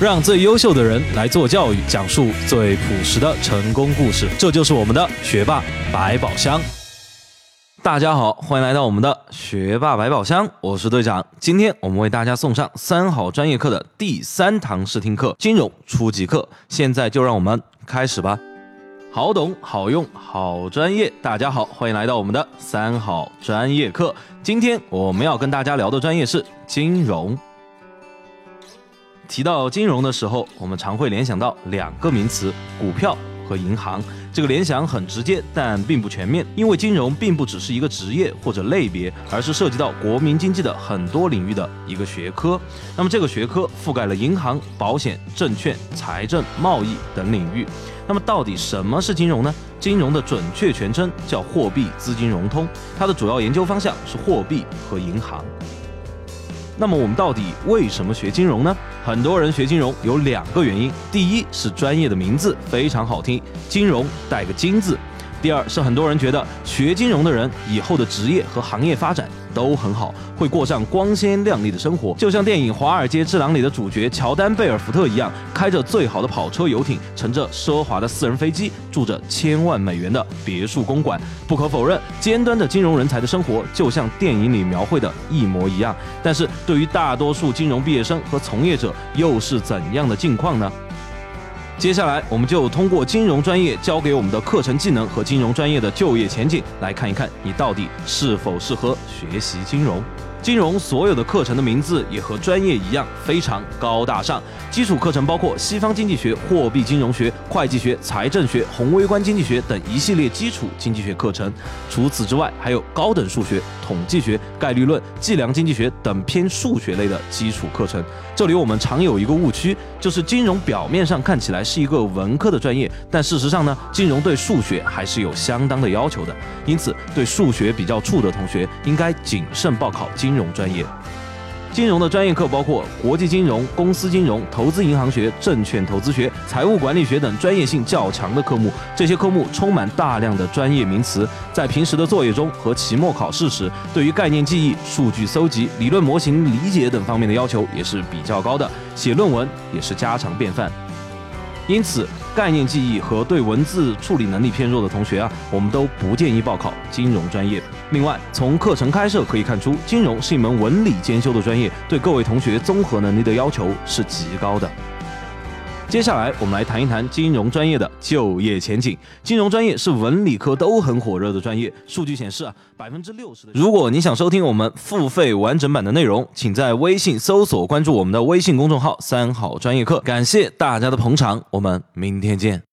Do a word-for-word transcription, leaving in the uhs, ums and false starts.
让最优秀的人来做教育，讲述最朴实的成功故事，这就是我们的学霸百宝箱。大家好，欢迎来到我们的学霸百宝箱，我是队长。今天我们为大家送上三好专业课的第三堂试听课，金融初级课。现在就让我们开始吧。好懂好用好专业，大家好，欢迎来到我们的三好专业课。今天我们要跟大家聊的专业是金融。提到金融的时候，我们常会联想到两个名词，股票和银行。这个联想很直接，但并不全面，因为金融并不只是一个职业或者类别，而是涉及到国民经济的很多领域的一个学科。那么这个学科覆盖了银行、保险、证券、财政、贸易等领域。那么到底什么是金融呢？金融的准确全称叫货币资金融通，它的主要研究方向是货币和银行。那么我们到底为什么学金融呢？很多人学金融有两个原因，第一是专业的名字非常好听，金融带个金字；第二是很多人觉得学金融的人以后的职业和行业发展都很好，会过上光鲜亮丽的生活，就像电影《华尔街之狼》里的主角乔丹·贝尔福特一样，开着最好的跑车游艇，乘着奢华的私人飞机，住着千万美元的别墅公馆。不可否认，尖端的金融人才的生活就像电影里描绘的一模一样。但是对于大多数金融毕业生和从业者，又是怎样的境况呢？接下来我们就通过金融专业教给我们的课程技能和金融专业的就业前景，来看一看你到底是否适合学习金融。金融所有的课程的名字也和专业一样非常高大上，基础课程包括西方经济学、货币金融学、会计学、财政学、宏微观经济学等一系列基础经济学课程。除此之外，还有高等数学、统计学、概率论、计量经济学等偏数学类的基础课程。这里我们常有一个误区，就是金融表面上看起来是一个文科的专业，但事实上呢，金融对数学还是有相当的要求的，因此对数学比较怵的同学应该谨慎报考金融专业。金融的专业课包括国际金融、公司金融、投资银行学、证券投资学、财务管理学等专业性较强的科目。这些科目充满大量的专业名词，在平时的作业中和期末考试时，对于概念记忆、数据搜集、理论模型理解等方面的要求也是比较高的，写论文也是家常便饭。因此，概念记忆和对文字处理能力偏弱的同学啊，我们都不建议报考金融专业。另外，从课程开设可以看出，金融是一门文理兼修的专业，对各位同学综合能力的要求是极高的。接下来我们来谈一谈金融专业的就业前景。金融专业是文理科都很火热的专业，数据显示啊，百分之六十的。如果你想收听我们付费完整版的内容，请在微信搜索关注我们的微信公众号“三好专业课”。感谢大家的捧场，我们明天见。